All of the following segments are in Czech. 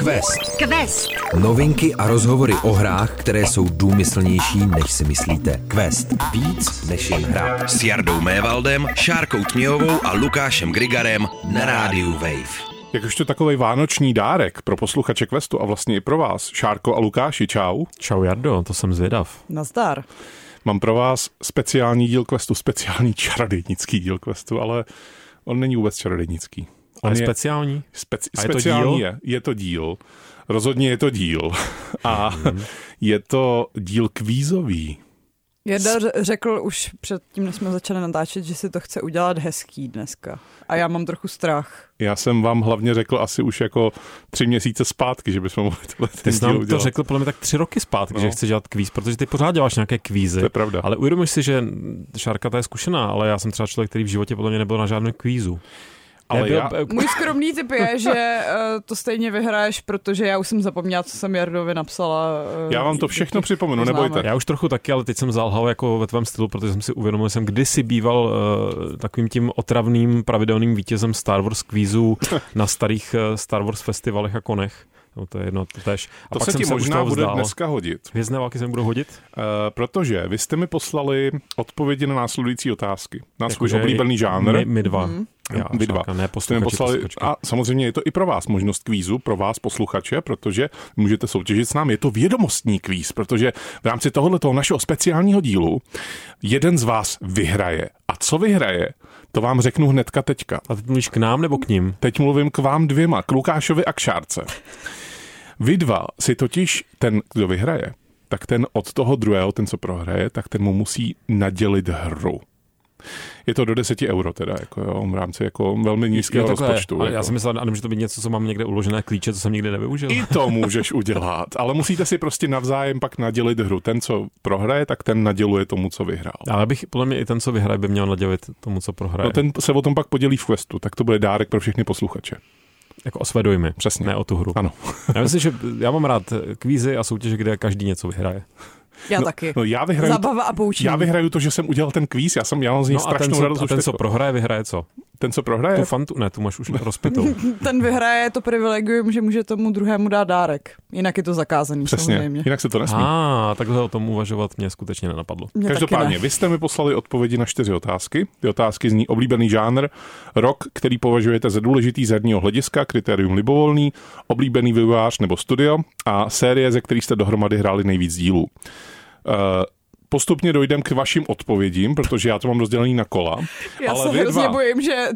Quest. Novinky a rozhovory o hrách, které jsou důmyslnější, než si myslíte. Quest. Víc než jen hra. S Jardou Mévaldem, Šárkou Tměhovou a Lukášem Grigarem na rádiu Wave. Jakožto takovej vánoční dárek pro posluchače Questu a vlastně i pro vás, Šárko a Lukáši, čau. Čau Jardo, to jsem zvědav. Nazdar. Mám pro vás speciální díl Questu, speciální čarodějnický díl Questu, ale on není vůbec čarodějnický. On je speciální? Speciální je to díl. Rozhodně je to díl. A je to díl kvízový. Jarda řekl už předtím, než jsme začali natáčet, že si to chce udělat hezký dneska. A já mám trochu strach. Já jsem vám hlavně řekl asi už jako 3 měsíce zpátky, že bychom mohli tohle Ty jsi nám to řekl podle mě tak 3 roky zpátky, že chceš dělat kvíz, protože ty pořád děláš nějaké kvízy. To je pravda. Ale uvědomíš si, že Šárka ta je zkušená, ale já jsem třeba člověk, který v životě podle mě nebyl na žádném kvízu. Ale Můj skromný tip je, že to stejně vyhraješ, protože já už jsem zapomněla, co jsem Jardovi napsala. Já vám to všechno připomenu, nebojte. Já už trochu taky, ale teď jsem zalhal jako ve tvém stylu, protože jsem si uvědomil, že jsem kdysi býval takovým tím otravným pravidelným vítězem Star Wars kvízů na starých Star Wars festivalech a konech. No, to je jedno, to tež. To se ti možná bude dneska hodit. Hvězdné války se mi budou hodit? Protože vy jste mi poslali odpovědi na následující otázky. Na svůj oblíbený žánr. My dva. Vy dva. Jste mi poslali, a samozřejmě je to i pro vás možnost kvízu, pro vás posluchače, protože můžete soutěžit s námi. Je to vědomostní kvíz, protože v rámci tohoto našeho speciálního dílu jeden z vás vyhraje. A co vyhraje, to vám řeknu hnedka teďka. A teď mluvíš k nám nebo k ním? Teď mluvím k vám dvěma, k Lukášovi a k Šárce. Vy dva si totiž ten, kdo vyhraje, tak ten od toho druhého, ten, co prohraje, tak ten mu musí nadělit hru. Je to do 10 euro teda, jako jo, v rámci jako velmi nízkého rozpočtu. Já si myslel, že to být něco, co mám někde uložené klíče, co jsem nikdy nevyužil. I to můžeš udělat, ale musíte si prostě navzájem pak nadělit hru. Ten, co prohraje, tak ten naděluje tomu, co vyhrál. Ale podle mě i ten, co vyhraje, by měl nadělit tomu, co prohraje. No ten se o tom pak podělí v questu, tak to bude dárek pro všechny posluchače. Jako o své dojmy. Přesně. Ne o tu hru. Ano. Já myslím, že já mám rád kvízy a soutěže, kde každý něco vyhraje. Já taky. Já vyhraju, Zabava a poučení. Já vyhraju to, že jsem udělal ten kvíz, já mám z něj strašnou radost. A ten, co prohraje, vyhraje co? Ten, co prohraje? Tu fantu? Ne, tu máš už rozpitou. Ten vyhraje to privilegium, že může tomu druhému dát dárek. Jinak je to zakázaný. Přesně, samozřejmě. Jinak se to nesmí. Takhle o tom uvažovat mě skutečně nenapadlo. Každopádně, vy jste mi poslali odpovědi na 4 otázky. Ty otázky zní oblíbený žánr, rok, který považujete za důležitý z herního hlediska, kritérium libovolný, oblíbený vývojář nebo studio a série, ze kterých jste dohromady hráli nejvíc dílů. Postupně dojdem k vašim odpovědím, protože já to mám rozdělený na kola. Já se hrozně bojím, že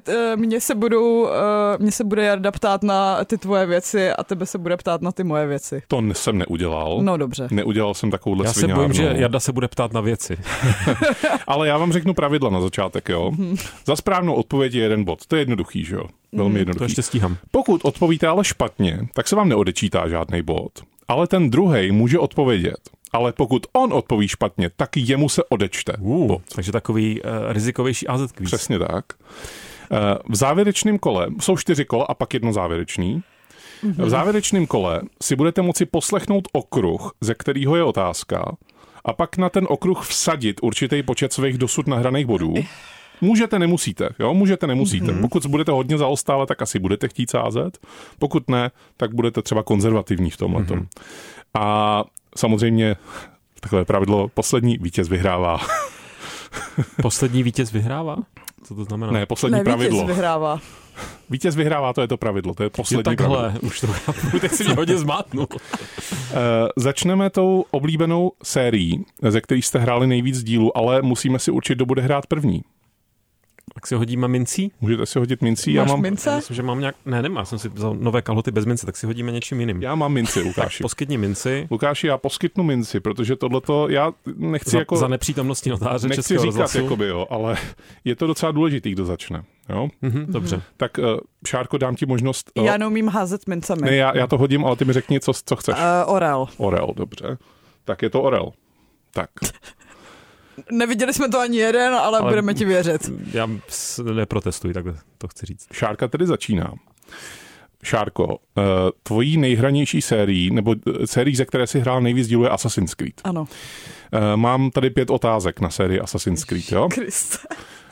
mě se bude Jarda ptát na ty tvoje věci a tebe se bude ptát na ty moje věci. To jsem neudělal. No dobře. Neudělal jsem takovouhle sviňárnu. Já se bojím, že Jarda se bude ptát na věci. Ale já vám řeknu pravidla na začátek, jo. Za správnou odpověď je 1 bod. To je jednoduchý, že jo? Velmi jednoduchý. To ještě stíhám. Pokud odpovíte ale špatně, tak se vám neodečítá žádný bod, ale ten druhej může odpovědět. Ale pokud on odpoví špatně, tak jemu se odečte. Takže takový rizikovější AZ kvíz. Přesně tak. V závěrečném kole jsou 4 kola a pak 1 závěrečný. V závěrečném kole si budete moci poslechnout okruh, ze kterého je otázka, a pak na ten okruh vsadit určitý počet svých dosud nahraných bodů. Můžete, nemusíte. Jo? Můžete, nemusíte. Pokud budete hodně zaostávat, tak asi budete chtít sázet. Pokud ne, tak budete třeba konzervativní v tomhletom. A samozřejmě takové pravidlo, poslední vítěz vyhrává. Poslední vítěz vyhrává? Co to znamená? Ne, poslední pravidlo. Vítěz vyhrává. Vítěz vyhrává, to je to pravidlo, to je poslední pravidlo. Už to teď si mě hodně zmátnul. Začneme tou oblíbenou sérií, ze který jste hráli nejvíc dílů, ale musíme si určit, kdo bude hrát první. Tak si hodíme mincí? Můžete si hodit mincí. Máš mince? Já myslím, že mám nějak... Ne, nemá, jsem si vzal nové kalhoty bez mince, tak si hodíme něčím jiným. Já mám minci, Lukáši. Tak poskytni minci. Lukáši, já poskytnu minci, protože tohleto, já nechci za nepřítomnosti notáře nechci Českého říkat, rozhlasu. Jakoby, jo, ale je to docela důležitý, kdo začne. Jo? Dobře. Tak Šárko, dám ti možnost... Já neumím házet mincemi. Ne, já to hodím, ale ty mi řekni, co chceš. Orel. Orel, dobře. Tak je to orel. Tak. Neviděli jsme to ani jeden, ale budeme ti věřit. Já neprotestuji, tak to chci říct. Šárka tedy začíná. Šárko, tvojí nejhranější sérií, nebo sérií, ze které si hrál nejvíc dílů, je Assassin's Creed. Ano. Mám tady 5 otázek na sérii Assassin's Creed, jo? Kriste.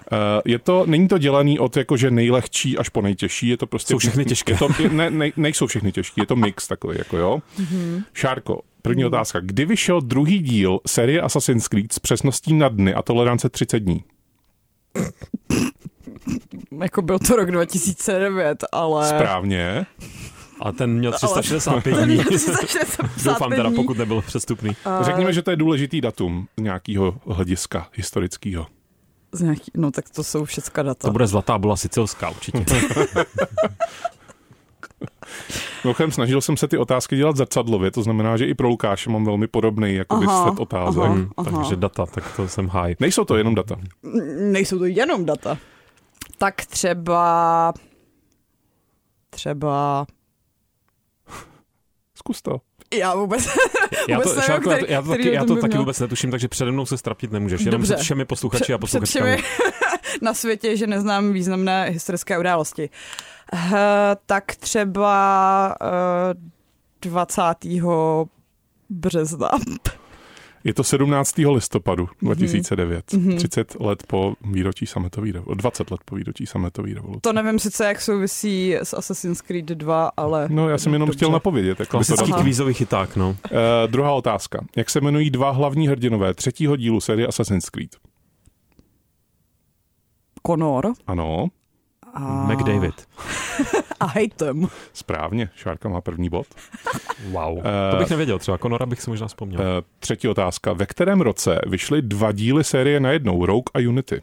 Není to dělaný od jakože nejlehčí až po nejtěžší, je to prostě... Jsou všechny těžké. Nejsou všechny těžké, je to mix takový, jako jo. Šárko, první otázka. Kdy vyšel druhý díl série Assassin's Creed s přesností na dny a tolerance 30 dní? Jako byl to rok 2009, ale... Správně. A ten měl 365 dní. Doufám teda, dní. pokud nebyl přestupný. Řekněme, že to je důležitý datum z nějakého hlediska historického. No tak to jsou všecka data. To bude zlatá bula sicilská určitě. Mimochodem, snažil jsem se ty otázky dělat zrcadlově, to znamená, že i pro Lukáše mám velmi podobný jako set otázek. Takže data, tak to jsem háj. Nejsou to jenom data. Nejsou to jenom data. Tak třeba... Zkus to. Já vůbec Já to taky vůbec netuším, takže přede mnou se strapnit nemůžeš. Jenom před všemi posluchači a posluchačkami. Před všemi na světě, že neznám významné historické události. Tak třeba 20. března. Je to 17. listopadu 2009. 30 let po výročí sametové revoluce. 20 let po výročí sametové revoluce. To nevím sice, jak souvisí s Assassin's Creed 2, ale... No, já jsem jenom chtěl napovědět. Klasický kvízový chyták, no. Druhá otázka. Jak se jmenují dva hlavní hrdinové třetího dílu série Assassin's Creed? Connor. Ano. McDavid. A Haytham. Správně, Šárka má první bod. Wow. To bych nevěděl, třeba Connora bych si možná vzpomněl. Třetí otázka. Ve kterém roce vyšly 2 díly série najednou, Rogue a Unity?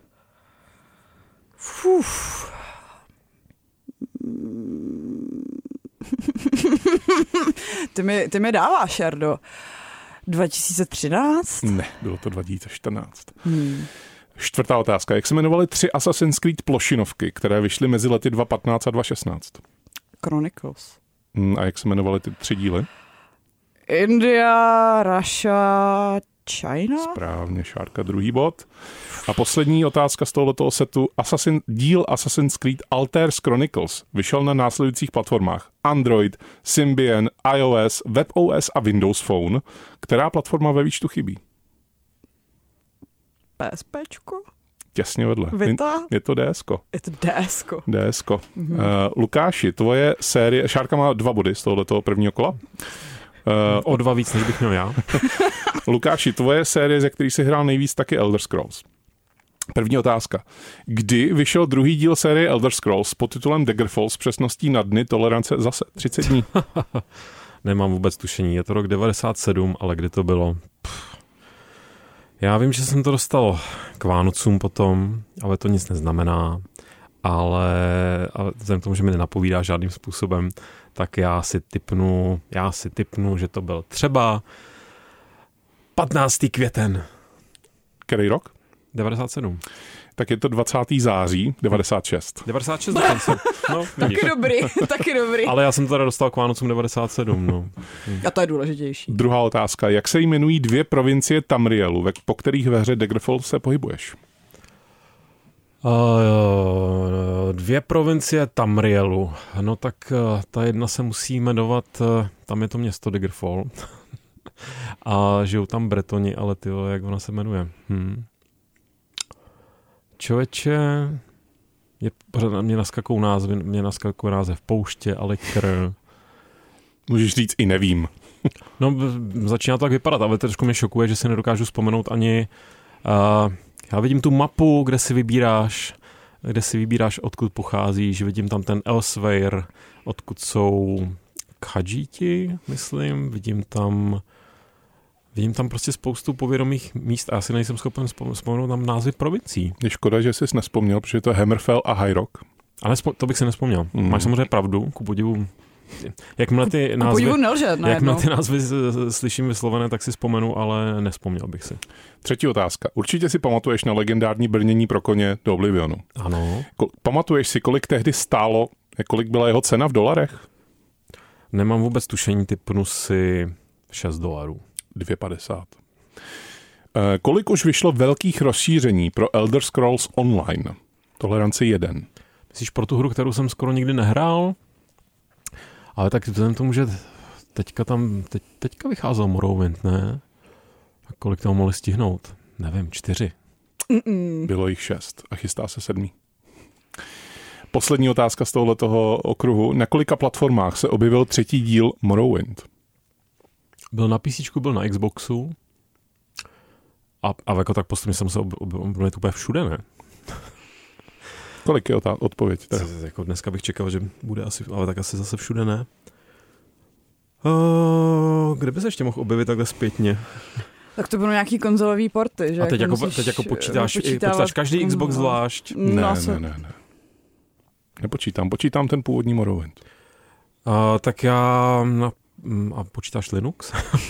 Ty mi dáváš, Jardo. 2013? Ne, bylo to 2014. Čtvrtá otázka. Jak se jmenovaly 3 Assassin's Creed plošinovky, které vyšly mezi lety 2015 a 2016? Chronicles. A jak se jmenovaly ty 3 díly? India, Russia, China? Správně, Šárka, druhý bod. A poslední otázka z tohoto setu. Díl Assassin's Creed Alters Chronicles vyšel na následujících platformách Android, Symbian, iOS, WebOS a Windows Phone. Která platforma ve výčtu chybí? PSPčko? Těsně vedle. Vita? Je to DSko. Je to DSko. DSko. Lukáši, tvoje série... Šárka má 2 body z tohoto prvního kola. O 2 víc, než bych měl já. Lukáši, tvoje série, ze který jsi hrál nejvíc, taky Elder Scrolls. První otázka. Kdy vyšel druhý díl série Elder Scrolls pod titulem Daggerfall s přesností na dny, tolerance zase 30 dní? Nemám vůbec tušení. Je to rok 97, ale kdy to bylo? Já vím, že jsem to dostal k Vánocům potom, ale to nic neznamená. Ale vzhledem k tomu, že mi nenapovídá žádným způsobem, tak já si tipnu, že to byl třeba 15. květen. Který rok? 97. Tak je to 20. září 96. 96 dokonce. No, taky dobrý. Ale já jsem teda dostal k Vánocům 97, no. A to je důležitější. Druhá otázka. Jak se jmenují 2 provincie Tamrielu, po kterých ve hře Daggerfall se pohybuješ? 2 provincie Tamrielu. No tak ta jedna se musí jmenovat, tam je to město Daggerfall. A žijou tam Bretoni, ale tyjo, jak ona se jmenuje? Člověče, mě naskakují název Pouště, Alikr. Můžeš říct i nevím. No, začíná to tak vypadat, ale trošku mě šokuje, že si nedokážu vzpomenout ani... já vidím tu mapu, kde si vybíráš, odkud pocházíš, vidím tam ten Elsewhere, odkud jsou Khadžíti, myslím, vidím tam prostě spoustu povědomých míst a já si nejsem schopen vzpomenout tam názvy provincií. Je škoda, že jsi nespomněl, protože to je Hammerfell a High Rock. Ale to bych si nespomněl. Máš samozřejmě pravdu, ku podivu. Jakmile ty názvy slyším vyslovené, tak si vzpomenu, ale nespomněl bych si. Třetí otázka. Určitě si pamatuješ na legendární brnění pro koně do Oblivionu. Ano. Pamatuješ si, kolik tehdy stálo, kolik byla jeho cena v dolarech? Nemám vůbec tušení, tipnu si $6. 2,50. Kolik už vyšlo velkých rozšíření pro Elder Scrolls Online? Tolerance 1. Myslíš pro tu hru, kterou jsem skoro nikdy nehrál? Ale tak vzhledem tomu, že teďka vycházel Morrowind, ne? A kolik toho mohli stihnout? Nevím, 4. Bylo jich 6 a chystá se 7. Poslední otázka z tohoto okruhu. Na kolika platformách se objevil 3. díl Morrowind? Byl na PC, byl na Xboxu a jako tak postupně jsem se objevil úplně všude, ne? Kolik je odpověď? Jako dneska bych čekal, že bude asi, ale tak asi zase všude ne. Kde by se ještě mohl objevit takhle zpětně? Tak to budou nějaký konzolový porty, že? A teď jako počítáš každý Xbox zvlášť? Ne. Počítám ten původní Morrowind. Tak já... a počítáš Linux?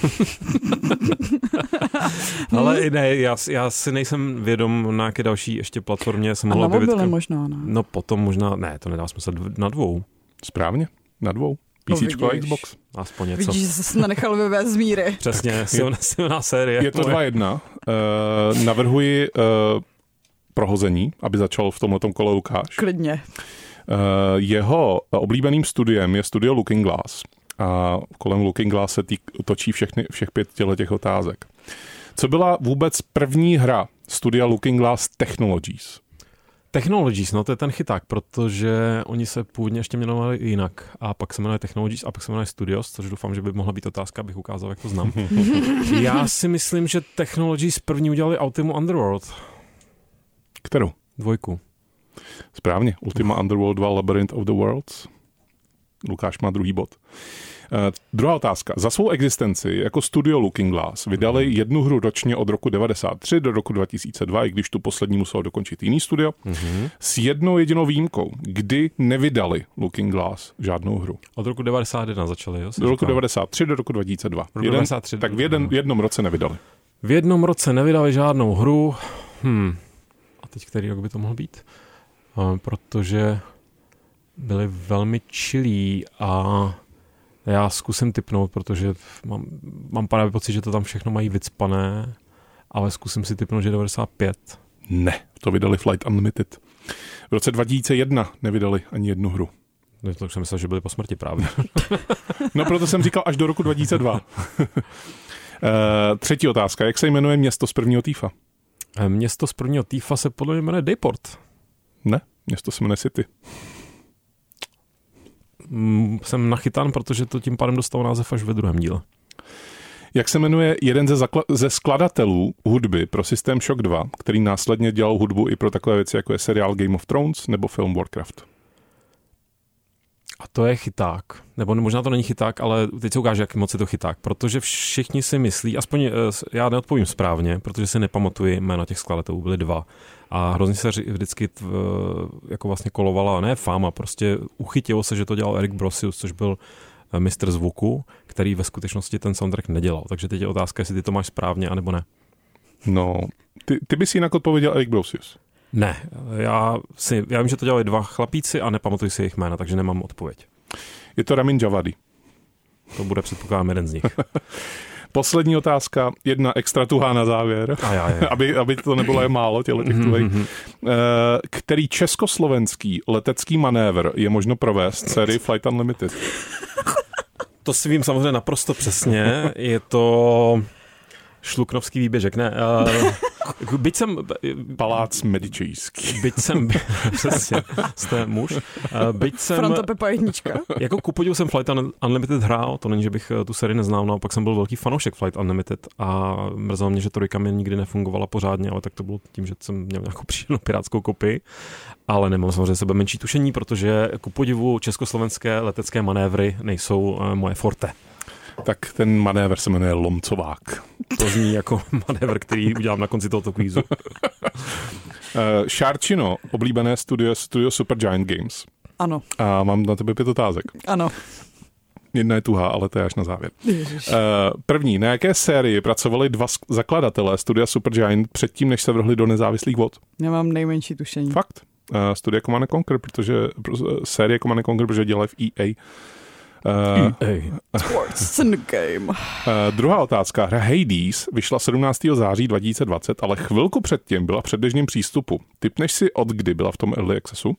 Ale ne, já si nejsem vědom, na jaké další ještě platformě jsem mohl objevit. A na možná, ne? No potom možná, ne, to nedá smysl, na 2. Správně, na 2. PCčko a Xbox. Aspoň něco. Vidíš, že jsi nenechal vyvést z míry. Přesně, silná série. Je to 2-1. Navrhuji prohození, aby začal v tomhletom kole Lukáš. Klidně. Jeho oblíbeným studiem je studio Looking Glass. A kolem Looking Glass se točí všech 5 těch otázek. Co byla vůbec první hra studia Looking Glass Technologies? Technologies, no to je ten chyták, protože oni se původně ještě jmenovali jinak. A pak se jmenuje Technologies a pak se jmenuje Studios, což doufám, že by mohla být otázka, abych ukázal, jak to znám. Já si myslím, že Technologies první udělali Ultima Underworld. Kterou? 2. Správně. Ultima Underworld 2 Labyrinth of the Worlds. Lukáš má 2. bod. Druhá otázka. Za svou existenci jako studio Looking Glass vydali 1 hru ročně od roku 1993 do roku 2002, i když tu poslední muselo dokončit jiný studio, s jednou jedinou výjimkou, kdy nevydali Looking Glass žádnou hru. Od roku 1991 začali, jo? Do roku 1993 do roku 2002. Tak v jednom roce nevydali. V jednom roce nevydali žádnou hru. A teď který rok by to mohl být? Protože byli velmi chillí a já zkusím tipnout, protože mám právě pocit, že to tam všechno mají vycpané, ale zkusím si tipnout, že 95. Ne, to vydali Flight Unlimited. V roce 2001 nevydali ani jednu hru. To už jsem myslel, že byli po smrti právě. No proto jsem říkal až do roku 2002. Třetí otázka. Jak se jmenuje město z prvního Tifa? Město z prvního Tifa se podle mě jmenuje Dayport. Ne, město se jmenuje City. Jsem nachytán, protože to tím pádem dostal název až ve druhém díle. Jak se jmenuje jeden ze skladatelů hudby pro systém Shock 2, který následně dělal hudbu i pro takové věci, jako je seriál Game of Thrones nebo film Warcraft? A to je chyták. Nebo možná to není chyták, ale teď se ukáže, jak moc je to chyták. Protože všichni si myslí, aspoň já neodpovím správně, protože si nepamatuji jména těch skladatelů, byly 2. A hrozně se vždycky jako vlastně kolovala, ne fáma, prostě uchytilo se, že to dělal Erik Brosius, což byl mistr zvuku, který ve skutečnosti ten soundtrack nedělal. Takže teď je otázka, jestli ty to máš správně, anebo ne. No, ty bys jinak odpověděl Erik Brosius. Ne, já vím, že to dělali 2 chlapíci a nepamatuji si jejich jména, takže nemám odpověď. Je to Ramin Djawadi. To bude, předpokládám, jeden z nich. Poslední otázka, jedna extra tuhá na závěr, aby to nebylo málo těch tuhých. Který československý letecký manévr je možno provést sérii Flight Unlimited? To si vím samozřejmě naprosto přesně. Je to Šluknovský výběžek, ne? Byť jsem... Palác Medičejský. Byť jsem... Přesně, jste muž. Byť jsem... Fronta Pepa jednička. Jako ku podivu jsem Flight Unlimited hrál, to není, že bych tu sérii neznal, no, pak jsem byl velký fanoušek Flight Unlimited a mrzelo mě, že to mi nikdy nefungovala pořádně, ale tak to bylo tím, že jsem měl nějakou příjemnou pirátskou kopii, ale nemám samozřejmě sebe menší tušení, protože ku podivu československé letecké manévry nejsou moje forte. Tak ten manévr se jmenuje Lomcovák. To zní jako manévr, který udělám na konci tohoto kvízu. Šárčino, oblíbené studio Supergiant Games. Ano. A mám na tebe 5 otázek. Ano. Jedna je tuhá, ale to je až na závěr. První, na jaké sérii pracovali 2 zakladatelé studia Supergiant předtím, než se vrhli do nezávislých vod? Nemám nejmenší tušení. Fakt. Studia Command & Conquer, série Command & Conquer, protože dělají v EA. Sports in the game. Druhá otázka. Hra Hades vyšla 17. září 2020, ale chvilku předtím byla v předběžném přístupu. Tipneš si, od kdy byla v tom Early Accessu?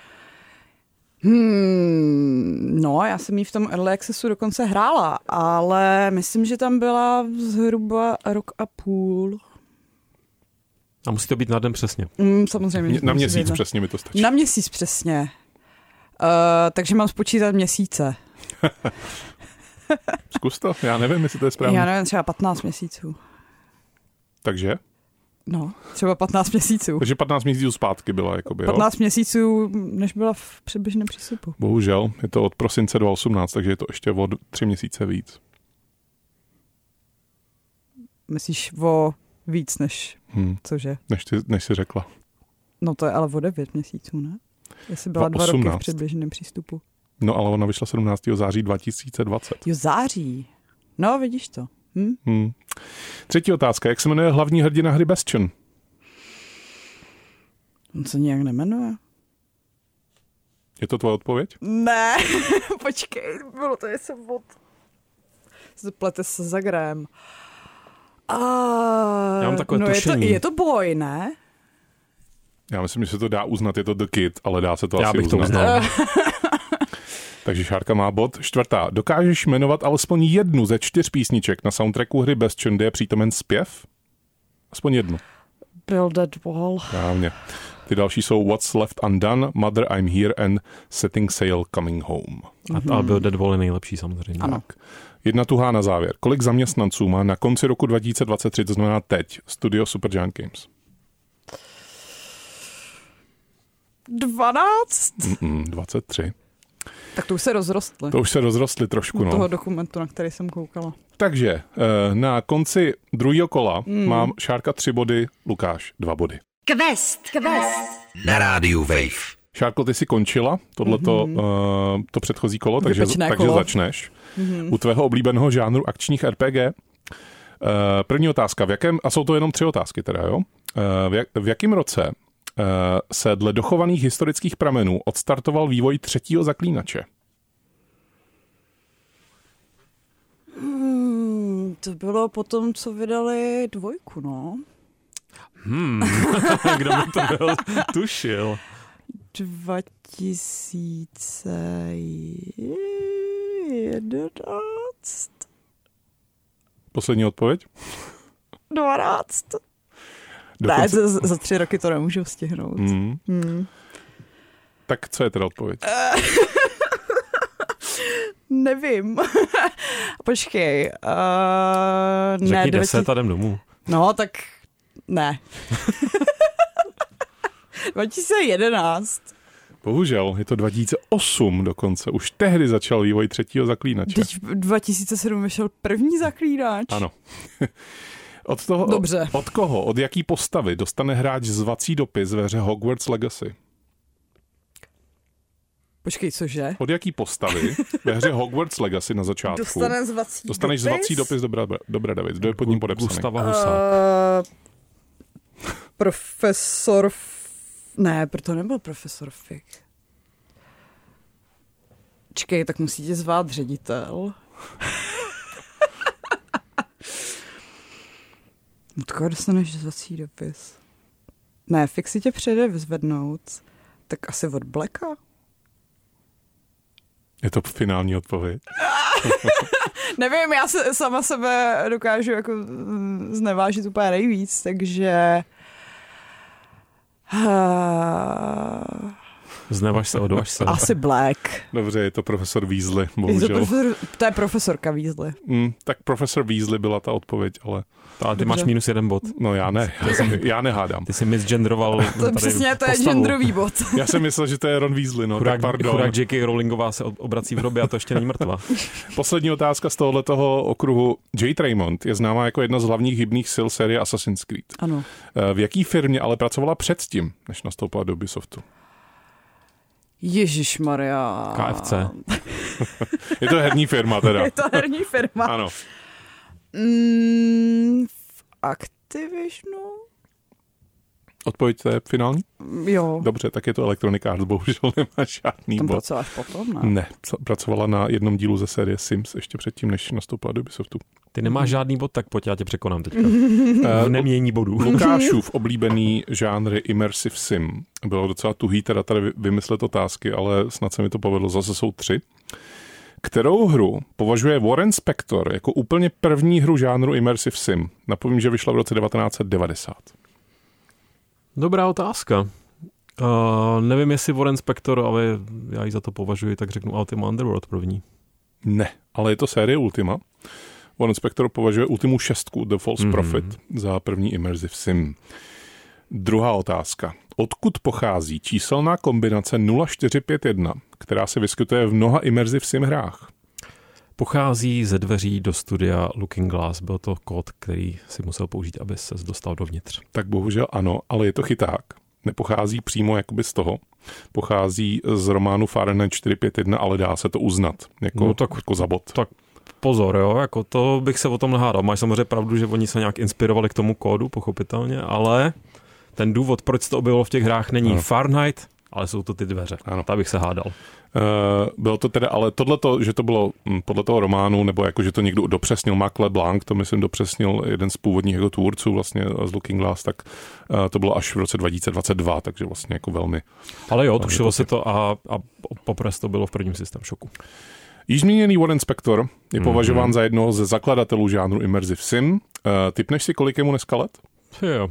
No, já jsem ji v tom Early Accessu dokonce hrála, ale myslím, že tam byla zhruba 1,5 roku. A musí to být na den přesně. Samozřejmě. Na měsíc přesně mi to stačí. Na měsíc přesně. Takže mám spočítat měsíce. Zkus to, já nevím, jestli to je správně. Já nevím, třeba 15 měsíců. Takže? No, třeba 15 měsíců. Takže 15 měsíců zpátky byla, jakoby, 15 měsíců, než byla v předběžném přístupu. Bohužel, je to od prosince 2018, takže je to ještě o 3 měsíce víc. Myslíš o víc než, cože? Než jsi řekla. No to je ale o 9 měsíců, ne? Jestli byla 2 roky v předběžném přístupu. No ale ona vyšla 17. září 2020. Jo, září. No, vidíš to. Třetí otázka. Jak se jmenuje hlavní hrdina hry Bastion? On se nějak nemenuje. Je to tvoje odpověď? Ne, počkej, bylo to něco od... Zaplete se za Graham. Já mám takové tušení. Je to boj, ne? Já myslím, že se to dá uznat, je to The Kid, ale dá se to Já asi bych uznat. to uznal. Takže Šárka má bod. 4. Dokážeš jmenovat alespoň jednu ze 4 písniček na soundtracku hry Bastion, kde je přítomen zpěv? Aspoň jednu. Build That Wall. Správně. Ty další jsou What's Left Undone, Mother I'm Here and Setting Sail Coming Home. A Build That Wall je nejlepší samozřejmě. Ano. Tak. Jedna tuhá na závěr. Kolik zaměstnanců má na konci roku 2023, to znamená teď, studio Supergiant Games? 12? 23. Tak to už se rozrostly. To už se rozrostly trošku, no. Toho dokumentu, na který jsem koukala. Takže na konci druhého kola mám Šárka 3 body, Lukáš 2 body. Quest. Na rádiu Wave. Šárko, ty jsi končila tohleto, to předchozí kolo, takže kolo. začneš. U tvého oblíbeného žánru akčních RPG. První otázka, a jsou to jenom 3 otázky teda, jo? V jakém roce se dle dochovaných historických pramenů odstartoval vývoj 3. Zaklínače? To bylo potom, co vydali 2, no. Kdo by to byl tušil? 2011? Poslední odpověď? 12. Ne, za 3 roky to nemůžu stihnout. Tak co je teda odpověď? Nevím. Počkej. Řekni 10 a jdem domů. No, tak ne. 2011. Bohužel, je to 2008 dokonce. Už tehdy začal vývoj 3. Zaklínače. Teď 2007 vyšel první Zaklínač. Ano. Dobře. Od koho, od jaký postavy dostane hráč zvací dopis ve hře Hogwarts Legacy? Počkej, cože? Od jaký postavy ve hře Hogwarts Legacy na začátku dostaneš zvací dopis? Dobré, David. Kdo je pod ním podepsaný? Gustava Husák. Profesor... Ne, proto nebyl profesor Fig. Čekej, tak musí tě zvát ředitel. Od koho dostaneš zvací dopis? Ne, Fig si tě přijde vyzvednout. Tak asi od Blacka? Je to finální odpověď. Nevím, já sama sebe dokážu jako znevážit úplně nejvíc, takže... Znevaž se, odvaž se. Asi Black. Dobře, je to profesor Weasley, bohužel. To je profesorka Weasley. Tak profesor Weasley byla ta odpověď, ale... Ale ty máš -1 bod. No já ne, já nehádám. Ty jsi misgendroval. Přesně, to je genderový bod. Já jsem myslel, že to je Ron Weasley, no, tak pardon. Chudák J.K. Rowlingová se obrací v hrobě a to ještě není mrtvá. Poslední otázka z tohoto okruhu. Jade Raymond je známá jako jedna z hlavních hybných sil série Assassin's Creed. Ano. V jaký firmě ale pracovala předtím, než nastoupila do Ubisoftu? Ježišmarja. KFC. Je to herní firma teda. Je to herní firma. Ano. V Activisionu? Odpověď je finální? Jo. Dobře, tak je to Electronic Arts, bohužel nemá žádný Tam bod. pracovala až potom, ne? Ne, pracovala na jednom dílu ze série Sims ještě předtím, než nastoupila do Ubisoftu. Ty nemáš žádný bod, tak pojď, já tě překonám teďka. Nemění bodů. Lukášův oblíbený žánr Immersive Sim. Bylo docela tuhý teda tady vymyslet otázky, ale snad se mi to povedlo. Zase jsou 3. Kterou hru považuje Warren Spector jako úplně první hru žánru Immersive Sim? Napovím, že vyšla v roce 1990. Dobrá otázka. Nevím, jestli Warren Spector, ale já ji za to považuji, tak řeknu Ultima Underworld první. Ne, ale je to série Ultima. Warren Spector považuje Ultimu 6, The False Prophet, za první immersive sim. Druhá otázka. Odkud pochází číselná kombinace 0451, která se vyskytuje v mnoha immersive sim hrách? Pochází ze dveří do studia Looking Glass. Byl to kód, který si musel použít, aby se dostal dovnitř. Tak bohužel ano, ale je to chyták. Nepochází přímo jakoby z toho. Pochází z románu Fahrenheit 451, ale dá se to uznat jako za bod. Tak pozor, jo, jako to bych se o tom nehádal. Máš samozřejmě pravdu, že oni se nějak inspirovali k tomu kódu, pochopitelně, ale ten důvod, proč to objevilo v těch hrách, není Fahrenheit, ale jsou to ty dveře. Ano. Tak bych se hádal. Bylo to teda, ale tohleto, že to bylo podle toho románu, nebo jako, že to někdo dopřesnil, Marc LeBlanc, to myslím dopřesnil jeden z původních jako tvůrců vlastně z Looking Glass, tak to bylo až v roce 2022, takže vlastně jako velmi... Ale jo, tušilo se to a poprvé to bylo v prvním System Shocku. Již zmíněný Warren Spector je považován za jednoho ze zakladatelů žánru Immersive Sim. Tipneš si, kolik je mu dneska let? Jo.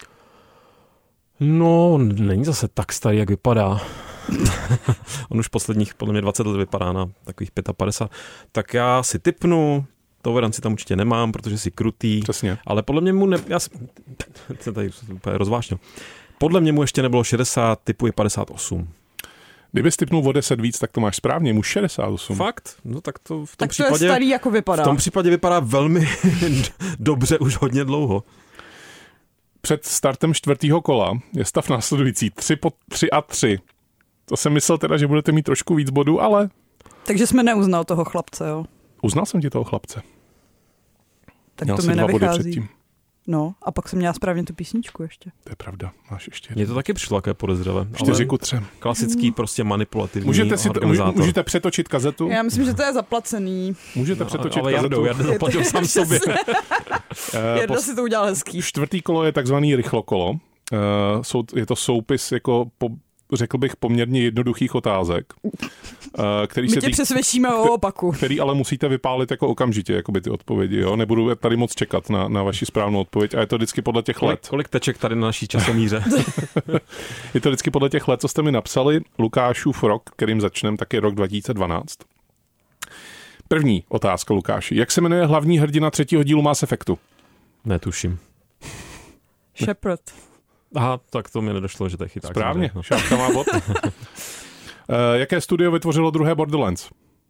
No, není zase tak starý, jak vypadá. On už posledních, podle mě 20 let vypadá na takových 55. Tak já si tipnu, to veranci tam určitě nemám, protože si krutý. Přesně. Ale podle mě mu já jsem tady úplně rozvášnil. Podle mě mu ještě nebylo 60, typu 58. Kdybys tipnul o 10 víc, tak to máš správně, mu 68. Fakt? No tak to v tom tak případě... to je starý, jako vypadá. V tom případě vypadá velmi dobře už hodně dlouho. Před startem 4. kola je stav následující 3-3. To jsem myslel teda, že budete mít trošku víc bodů, ale... Takže jsme neuznal toho chlapce, jo? Uznal jsem ti toho chlapce. Tak měl to mi nevychází. No, a pak jsem měla správně tu písničku ještě. To je pravda, máš ještě. Mně to taky přišlo také podezřelé. 4-3. Klasický prostě manipulativní Můžete přetočit kazetu? Já myslím, že to je zaplacený. Můžete přetočit ale kazetu. Já zaplatil sám sobě. Jarda si to udělal hezký. 4. kolo je takzvaný rychlokolo. Je to soupis jako řekl bych poměrně jednoduchých otázek. My tě přesvědčíme o opaku. Který ale musíte vypálit jako okamžitě, jakoby ty odpovědi. Jo? Nebudu tady moc čekat na vaši správnou odpověď a je to vždycky podle těch let. Kolik teček tady na naší časomíře? Je to vždycky podle těch let, co jste mi napsali. Lukášův rok, kterým začneme, tak je rok 2012. První otázka, Lukáši. Jak se jmenuje hlavní hrdina 3. dílu Mass Effectu? Netuším. Shepard. Aha, tak to mi nedošlo, že to je chyták. Správně, Šárka má bod. Jaké studio vytvořilo druhé Borderlands?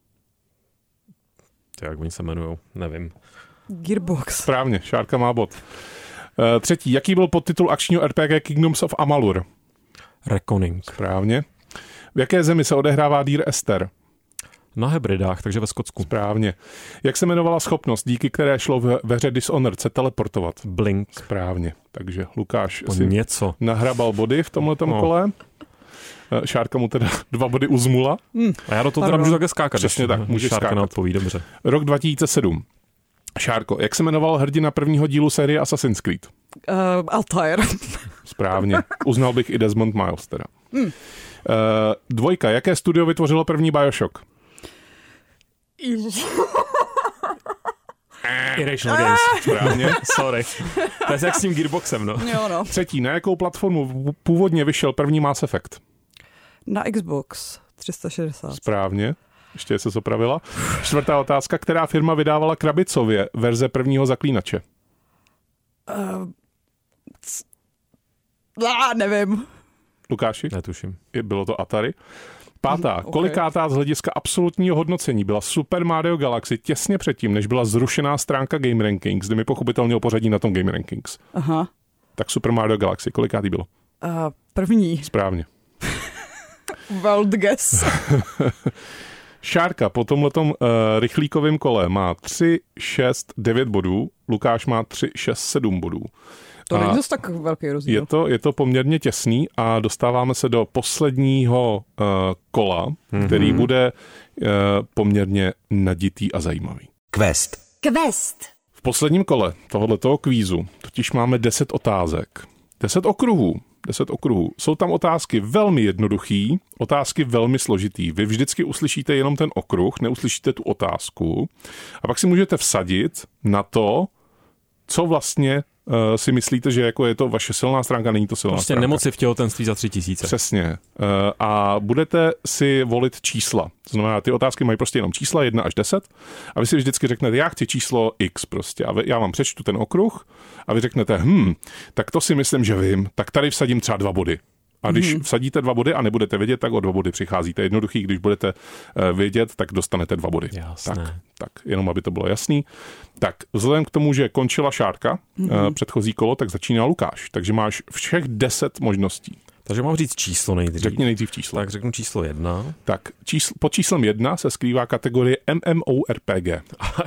Jak oni se jmenujou? Nevím. Gearbox. Správně, Šárka má bod. Třetí, jaký byl podtitul akčního RPG Kingdoms of Amalur? Reckoning. Správně. V jaké zemi se odehrává Dear Esther? Na Hebridách, takže ve Skotsku. Správně. Jak se jmenovala schopnost, díky které šlo ve hře Dishonored se teleportovat? Blink. Správně. Takže Lukáš si něco nahrabal body v tomhletom kole. Šárka mu teda 2 body uzmula. A já do toho teda můžu také skákat. Přesně tak, můžeš Šárka skákat. neodpoví, dobře. Rok 2007. Šárko, jak se jmenoval hrdina prvního dílu série Assassin's Creed? Altair. Správně. Uznal bych i Desmond Miles teda. 2. Jaké studio vytvořilo první Bioshock? Irrational Games. Správně. Sorry. To je jak s tím Gearboxem, no. Jo, no. 3. Na jakou platformu původně vyšel první Mass Effect? Na Xbox 360. Správně. Ještě se opravila. 4. otázka. Která firma vydávala krabicově verze prvního Zaklínače? Nevím. Lukáši? Netuším. Bylo to Atari. 5. Kolikátá z hlediska absolutního hodnocení byla Super Mario Galaxy těsně předtím, než byla zrušená stránka Game Rankings, kde mi pochopitelně o pořadí na tom Game Rankings. Aha. Tak Super Mario Galaxy, kolikátý bylo? První. Správně. Wild guess. Šárka po tomhletom rychlíkovém kole má 3, 6, 9 bodů, Lukáš má 3, 6, 7 bodů. To není zase tak velký rozdíl. Je to poměrně těsný a dostáváme se do posledního kola, který bude poměrně naditý a zajímavý. Quest. V posledním kole tohoto kvízu totiž máme 10 otázek. 10 okruhů. Jsou tam otázky velmi jednoduchý, otázky velmi složitý. Vy vždycky uslyšíte jenom ten okruh, neuslyšíte tu otázku a pak si můžete vsadit na to, co vlastně si myslíte, že jako je to vaše silná stránka, není to silná prostě stránka. nemoci v těhotenství za 3 000. Přesně. A budete si volit čísla. To znamená, ty otázky mají prostě jenom čísla 1 až 10 a vy si vždycky řeknete, já chci číslo X prostě a já vám přečtu ten okruh a vy řeknete, tak to si myslím, že vím, tak tady vsadím třeba 2 body. A když vsadíte 2 body a nebudete vědět, tak o 2 body přicházíte. Jednoduchý, když budete vědět, tak dostanete 2 body. Jasné. Tak, jenom aby to bylo jasný. Tak, vzhledem k tomu, že končila Šárka, předchozí kolo, tak začíná Lukáš. Takže máš všech 10 možností. Takže mám říct číslo nejdřív. Řekni nejdřív číslo. Tak řeknu číslo 1. Tak, pod číslem 1 se skrývá kategorie MMORPG.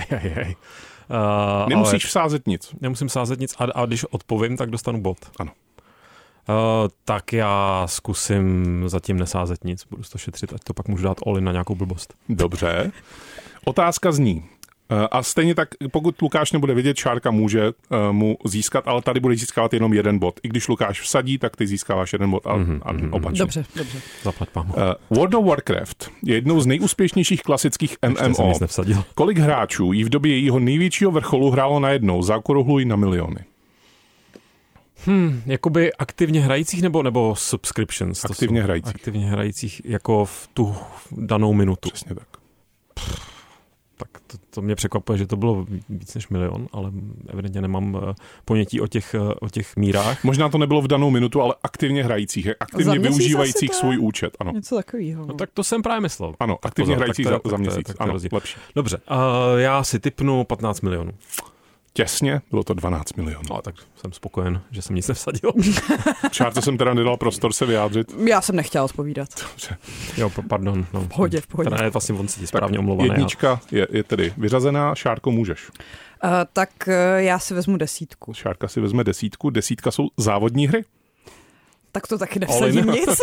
Nemusíš vsázet nic. Nemusím sázet nic a když odpovím, tak dostanu bod. Ano. Tak já zkusím zatím nesázet nic, budu to šetřit, ať to pak můžu dát all-in na nějakou blbost. Dobře. Otázka zní, a stejně tak, pokud Lukáš nebude vědět, Šárka může mu získat, ale tady bude získávat jenom 1 bod. I když Lukáš vsadí, tak ty získáváš 1 bod a opačně. Dobře. Zaplať pámu. World of Warcraft je jednou z nejúspěšnějších klasických MMO. Kolik hráčů jí v době jejího největšího vrcholu hrálo najednou? Zaokrouhluj na miliony. Jakoby aktivně hrajících nebo subscriptions? Aktivně hrajících. Aktivně hrajících jako v tu danou minutu. Přesně tak. Tak to mě překvapuje, že to bylo víc než 1 milion, ale evidentně nemám ponětí o těch mírách. Možná to nebylo v danou minutu, ale aktivně hrajících, aktivně využívajících svůj účet. Ano. Něco takového. No tak to jsem právě myslel. Ano, tak aktivně hrajících za měsíc. Ano, lepší. Dobře, já si tipnu 15 milionů. Těsně, bylo to 12 milionů. No, tak jsem spokojen, že jsem nic nevsadil. Šárce jsem teda nedal prostor se vyjádřit. Já jsem nechtěla odpovídat. Dobře. Jo, pardon. No. V pohodě. Teda vlastně on si správně omlouvaný. Jednička je tedy vyřazená, Šárko můžeš. Tak já si vezmu 10. Šárka si vezme 10. 10 jsou závodní hry. Tak to taky nevsadím nic.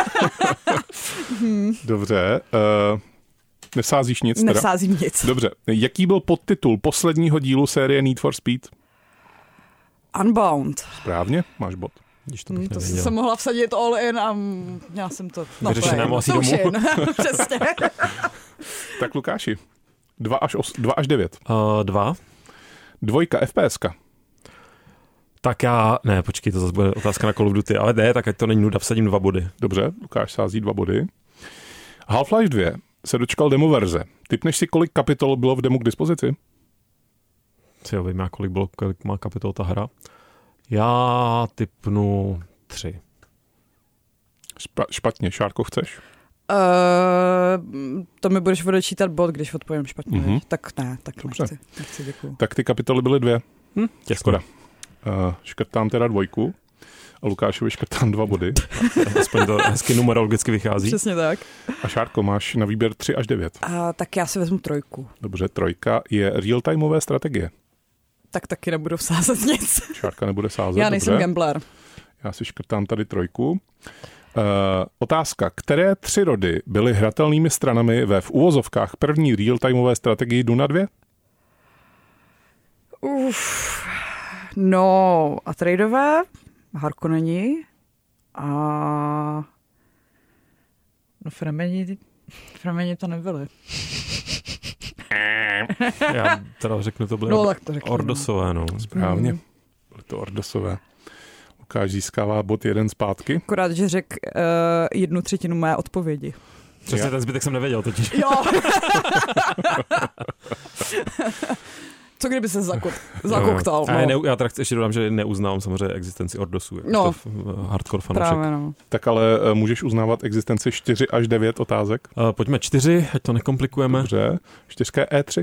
Dobře. Nesázíš nic? Nesázím nic. Dobře. Jaký byl podtitul posledního dílu série Need for Speed? Unbound. Správně, máš bod. To jsem mohla vsadit all in a měla jsem to. Vyřešené asi domů. Přesně. Tak Lukáši, 2 až 9. 2. 2 FPSka. Tak ne, počkej, to zase bude otázka na Call of Duty, ale ne, tak ať to není nuda, vsadím 2 body. Dobře, Lukáš sází 2 body. Half-Life 2 se dočkal demo verze. Tipneš si, kolik kapitol bylo v demo k dispozici? Jo, vím, kolik má kapitol ta hra. Já tipnu 3. Špatně, Šárko, chceš? To mi budeš odečítat bod, když odpovím špatně. Tak ne, tak nechci, děkuju. Tak ty kapitoly byly 2. Škoda. Škrtám teda 2. A Lukášovi škrtám 2 body. Aspoň to hezky numerologicky vychází. Přesně tak. A Šárko, máš na výběr 3 až 9. Tak já si vezmu 3. Dobře, 3 je real-timeové strategie. Tak taky nebudu vsázet nic. Šárka nebude sázet. Já nejsem gambler. Já si škrtám tady 3. Otázka. Které 3 rody byly hratelnými stranami ve v uvozovkách první real-timeové strategii Duna 2? No, Atreidové, Harkonneni a no Fremeni to nebyly. Já teda řeknu, to byly Ordosové. No. Správně, byly to Ordosové. Lukáš získává bod 1 zpátky. Akorát, že řekl 1/3 mé odpovědi. Přesně ten zbytek jsem nevěděl totiž. Jo. Co kdyby se zakoktal? No. Já teda ještě dodám, že neuznávám samozřejmě existenci Ordosů. Jako hardcore fanoušek. Právě, no. Tak ale můžeš uznávat existenci 4 až 9 otázek? Pojďme 4, ať to nekomplikujeme. Dobře. 4 E3?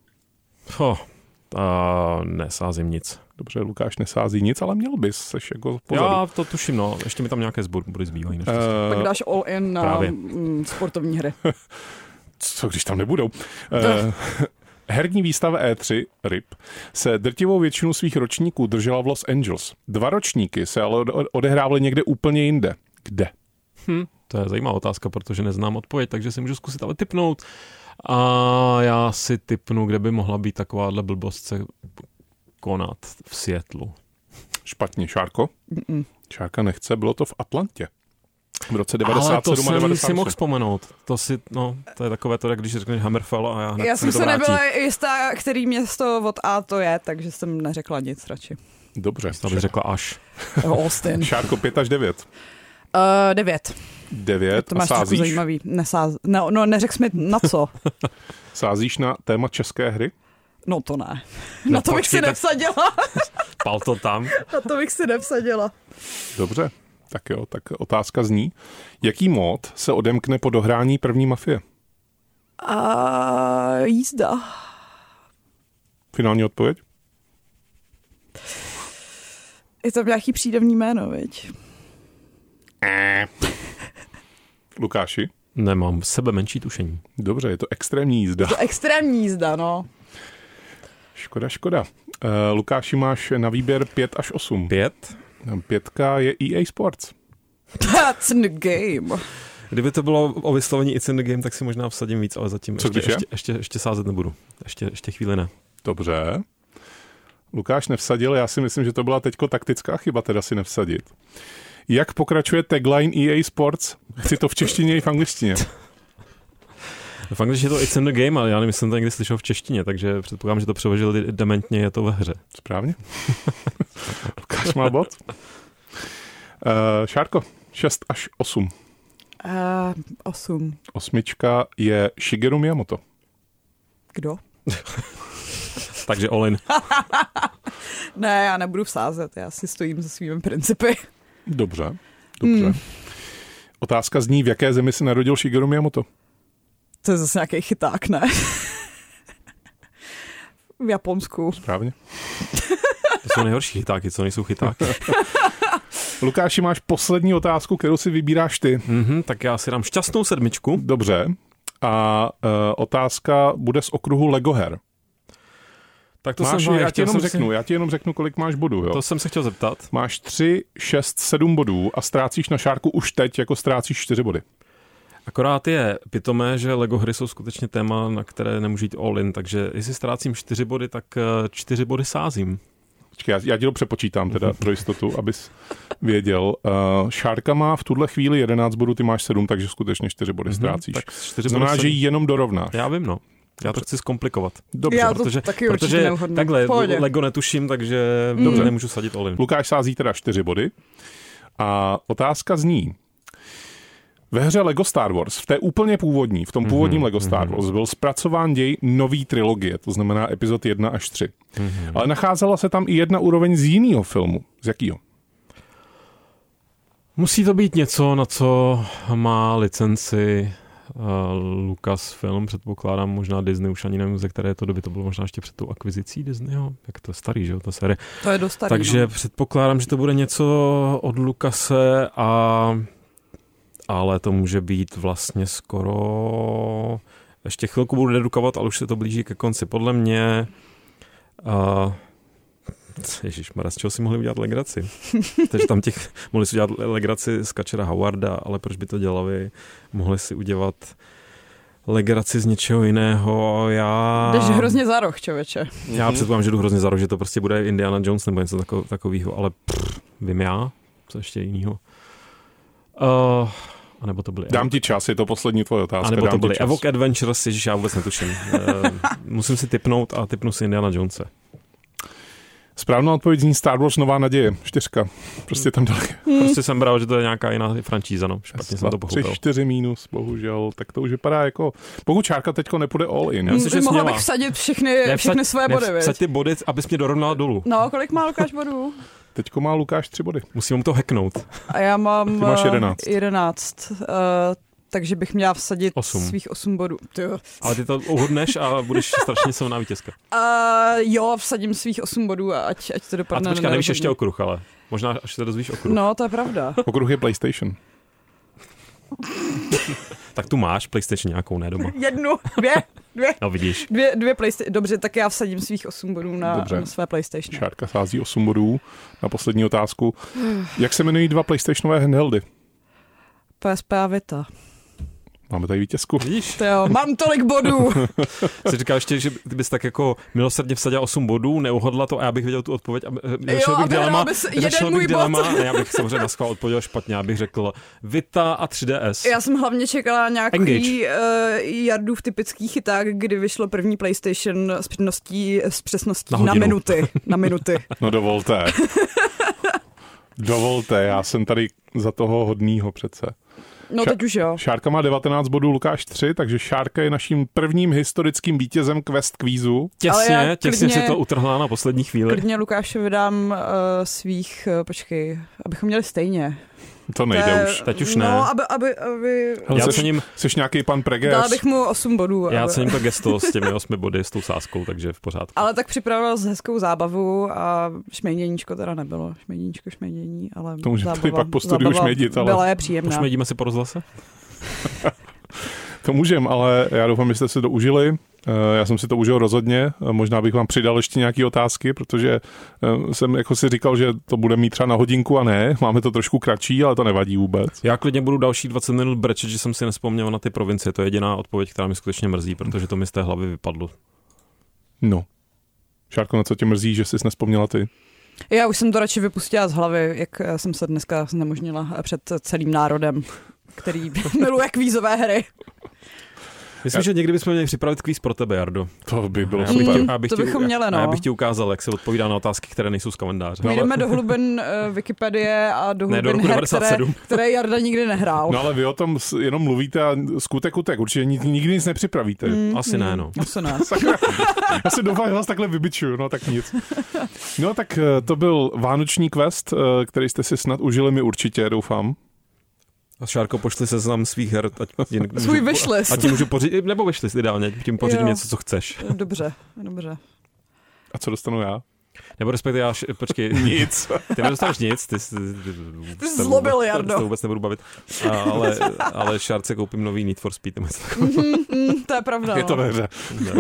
Nesázím nic. Dobře, Lukáš nesází nic, ale měl bys, seš jako pozadu. Já to tuším, no. Ještě mi tam nějaké body zbývají. Tak dáš all in na sportovní hry. Co když tam nebudou? Herní výstava E3, RIP, se drtivou většinu svých ročníků držela v Los Angeles. 2 ročníky se ale odehrávaly někde úplně jinde. Kde? To je zajímavá otázka, protože neznám odpověď, takže si můžu zkusit ale tipnout. A já si tipnu, kde by mohla být takováhle blbost se konat v Seattlu. Špatně, Šárko? Šárka nechce, bylo to v Atlantě. V roce 97 ale to a 98. jsem si mohl vzpomenout. To je takové to, když řekneš Hammerfell a já hned Já jsem se nebyla jistá, který město od A to je, takže jsem neřekla nic radši. Dobře. To bych řekla až. Austin. Šárko, 5 až 9. 9. 9 To a máš trochu sázíš? zajímavý. No, neřekl jsi mi na co. Sázíš na téma české hry? No to ne. Na to bych si nevsadila. Pal to tam. Na to bych si nevsadila. Dobře, tak jo, tak otázka zní. Jaký mód se odemkne po dohrání první Mafie? Jízda. Finální odpověď? Je to nějaký přídavný jméno, viď? Lukáši? Nemám sebe menší tušení. Dobře, je to extrémní jízda. To extrémní jízda, no. Škoda. Lukáši, máš na výběr 5 až 8. 5? 5 je EA Sports. That's in the game. Kdyby to bylo o vyslovení It's in the game, tak si možná vsadím víc, ale zatím ještě sázet nebudu. Ještě chvíli ne. Dobře. Lukáš nevsadil, já si myslím, že to byla teďko taktická chyba, teda si nevsadit. Jak pokračuje tagline EA Sports? Chci to v češtině i v angličtině. V angličtině je to It's in the game, ale já nevím, jestli jsem to někdy slyšel v češtině, takže předpokládám, že to přeložili dementně, je to ve hře. Správně. Lukáš má bod. Šárko, 6 až 8. 8. 8 je Shigeru Miyamoto. Kdo? Takže all in. Ne, já nebudu vsázet, já si stojím za svými principy. Dobře. Otázka zní, v jaké zemi se narodil Shigeru Miyamoto? To je zase nějaký chyták, ne? V Japonsku. Správně. To jsou nejhorší chytáky, co nejsou chytáky. Lukáši, máš poslední otázku, kterou si vybíráš ty. Tak já si dám šťastnou 7. Dobře. A otázka bude z okruhu Lego her. Tak to máš, jsem já ti jenom řeknu, kolik máš bodů. Jo? To jsem se chtěl zeptat. Máš 3, 6, 7 bodů a ztrácíš na Šárku už teď, jako ztrácíš 4 body. Akorát je pitomé, že Lego hry jsou skutečně téma, na které nemůžu jít all in, takže jestli ztrácím 4 body, tak 4 body sázím. Počkej, já ti to přepočítám teda pro jistotu, abys věděl. Šárka má v tuhle chvíli 11 bodů, ty máš 7, takže skutečně 4 body ztrácíš. Tak 4 znamená, že ji jenom dorovnáš. Já vím, no. Já to chci zkomplikovat. Dobře, já to taky určitě neuhodnu. Takhle, Lego netuším, takže dobře, nemůžu sadit all in. Lukáš sází teda 4 body. A otázka zní, ve hře Lego Star Wars, v té úplně původní, v tom původním Lego Star Wars byl zpracován děj nový trilogie, to znamená epizod 1 až 3. Ale nacházela se tam i jedna úroveň z jiného filmu. Z jakýho? Musí to být něco, na co má licenci Lucasfilm, předpokládám, možná Disney, už ani nevím, ze které to doby, to bylo možná ještě před tou akvizicí Disneyho, jak to je starý, že jo, ta série. To je dost starý. Takže předpokládám, že to bude něco od Lucase, ale to může být vlastně skoro... Ještě chvilku budu dedukovat, ale už se to blíží ke konci. Podle mě... Ježišmarja, z čeho si mohli udělat legraci? Takže tam mohli si udělat legraci z Kačera Howarda, ale proč by to dělali? Mohli si udělat legraci z něčeho jiného. Jdeš hrozně za roh, člověče. Já předpokládám, že jdu hrozně za roh, že to prostě bude Indiana Jones nebo něco takového, ale vím já, co ještě jinýho. A nebo to byly... Dám ti čas, je to poslední tvoje otázka. A nebo to byly Evoque Adventures, ježiš, já vůbec netuším. Musím si tipnout a tipnu si Indiana Jonese. Správná odpověď zní Star Wars Nová naděje. 4. Prostě tam dali. Prostě jsem bral, že to je nějaká jiná franšíza, no. Špatně jsem to pochopil. 3, 4 mínus, bohužel. Tak to už vypadá jako... Pokud Čárka teďko nepůjde all in. Mohla bych vsadit všechny své body, viď? Vsaď ty body, abys mě dorovnal dolů. No, kolik má Lukáš bodů? Teďko má Lukáš 3 body. Musím mu to hacknout. A já mám... Ty máš 11. Takže bych měla vsadit 8. svých 8 bodů. Ale ty to uhodneš a budeš strašně silná vítězka. Jo, vsadím svých 8 bodů a ať to dopadne. A počkej, nevíš ještě okruh, ale možná až se dozvíš okruh. No, to je pravda. Okruh je PlayStation. Tak tu máš PlayStation nějakou, ne doma? 1, 2. No vidíš. Dvě PlayStation. Dobře, tak já vsadím svých 8 bodů na své PlayStation. Šárka sází 8 bodů na poslední otázku. Jak se jmenují 2 PlayStationové handheldy? PSP a Vita. Máme tady vítězku. Vidíš? To jo, mám tolik bodů. Jsi říkal ještě, že ty bys tak jako milosrdně vsadila 8 bodů, neuhodla to a já bych věděl tu odpověď. Řešil bych dilema. Ne, já bych samozřejmě naschvál odpověděl špatně, já bych řekl Vita a 3DS. Já jsem hlavně čekala nějaký Jardův typický chyták, kdy vyšlo první PlayStation s přesností na minuty. No dovolte, já jsem tady za toho hodnýho přece. No teď už jo. Šárka má 19 bodů, Lukáš 3, takže Šárka je naším prvním historickým vítězem Quest kvízu. Těsně si to utrhla na poslední chvíli. Klidně Lukáše vydám svých, počkej, abychom měli stejně. To nejde už. Teď už ne. No, aby... Já jsi nějaký pan Preges. Dala bych mu 8 bodů. Já cením to gesto s těmi 8 body, s tou sázkou, takže v pořádku. Ale tak připravil hezkou zábavu a šmejděníčko teda nebylo. Šmejdění, ale to můžeme tady pak po studiu šmejdit, ale... Byla je příjemná. Pošmejdíme si po rozhlase? To můžeme, ale já doufám, že jste si to užili. Já jsem si to užil rozhodně. Možná bych vám přidal ještě nějaké otázky, protože jsem jako si říkal, že to bude mít třeba na hodinku a ne. Máme to trošku kratší, ale to nevadí vůbec. Já klidně budu další 20 minut brečet, že jsem si nespomněl na ty provincie. To je jediná odpověď, která mi skutečně mrzí, protože to mi z té hlavy vypadlo. No. Šárko, na co tě mrzí, že jsi nespomněla ty? Já už jsem to radši vypustila z hlavy, jak jsem se dneska znemožnila před celým národem, který miluje kvízové hry. Myslím, že někdy bychom měli připravit kvíz pro tebe, Jardo. To by bylo super. To bychom měli, no. Já bych ti ukázal, jak se odpovídá na otázky, které nejsou z kalendáře. My jdeme do hlubin Wikipedie a do hlubin her, které Jarda nikdy nehrál. No ale vy o tom jenom mluvíte a skutek utek. Určitě nikdy nic nepřipravíte. Asi ne, no. Asi ne. Já si doufám, že vás takhle vybičuju, no tak nic. No tak to byl vánoční quest, který jste si snad užili, mi určitě, doufám. A Šárko, pošli seznam svých her. Svůj wishlist. A ti můžu pořídit, nebo wishlist ideálně, tím pořídím něco, co chceš. Dobře. A co dostanu já? Nebo respektive počkej. Nic. Ty nedostaneš nic, ty jsi zlobil, Jardo. To vůbec nebudu bavit. Ale Šárce koupím nový Need for Speed. To je pravda. Je to ve hře.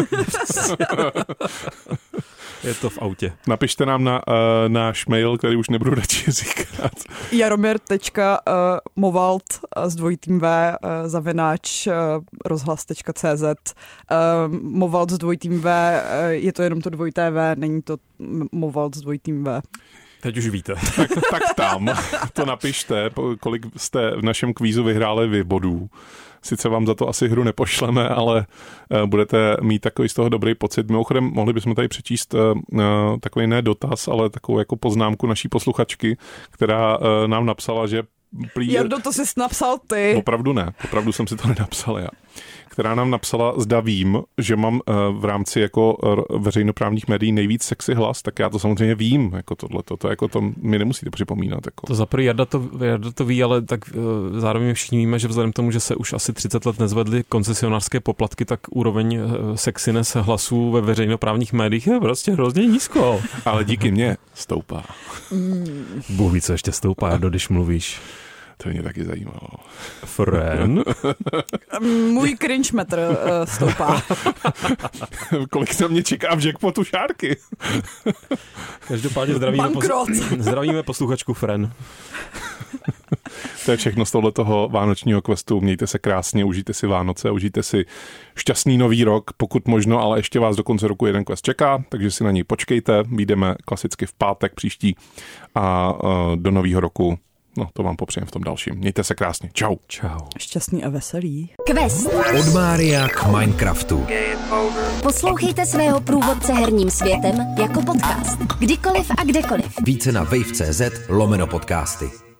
Je to v autě. Napište nám na náš mail, který už nebudu radši říkat. jaromir.movald s dvojitým V zavináč rozhlas.cz Movald s dvojitým V, je to jenom to dvojité V, není to Movald s dvojitým V. Teď už víte. Tak tam to napište, kolik jste v našem kvízu vyhráli vy bodů. Sice vám za to asi hru nepošleme, ale budete mít takový z toho dobrý pocit. Mimochodem, mohli bychom tady přečíst takový ne dotaz, ale takovou jako poznámku naší posluchačky, která nám napsala, že... Jardo, to jsi napsal ty. Opravdu ne, opravdu jsem si to nenapsal já. Která nám napsala, zda vím, že mám v rámci jako veřejnoprávních médií nejvíc sexy hlas, tak já to samozřejmě vím, jako tohleto, to jako to mi nemusíte připomínat. Jako. To zaprvé Jarda to ví, ale tak zároveň všichni víme, že vzhledem k tomu, že se už asi 30 let nezvedly koncesionářské poplatky, tak úroveň sexiness hlasů ve veřejnoprávních médiích je prostě hrozně nízko. Ale díky mně stoupá. Bůh ví, co ještě stoupá, Jardo, když mluvíš. To mě taky zajímalo. Fren? Můj cringe metr stoupá. Kolik se mě čeká v jackpotu Šárky? Každopádně zdravíme posluchačku Fren. To je všechno z tohletoho vánočního questu. Mějte se krásně, užijte si Vánoce, užijte si šťastný nový rok, pokud možno, ale ještě vás do konce roku jeden quest čeká, takže si na něj počkejte. Vyjdeme klasicky v pátek příští a do nového roku. No, to vám popřejem v tom dalším. Mějte se krásně. Čau. Čau. Šťastný a veselý. Quest. Od Mária k Minecraftu. Poslouchejte svého průvodce herním světem jako podcast. Kdykoliv a kdekoliv. Více na wave.cz/podcasty.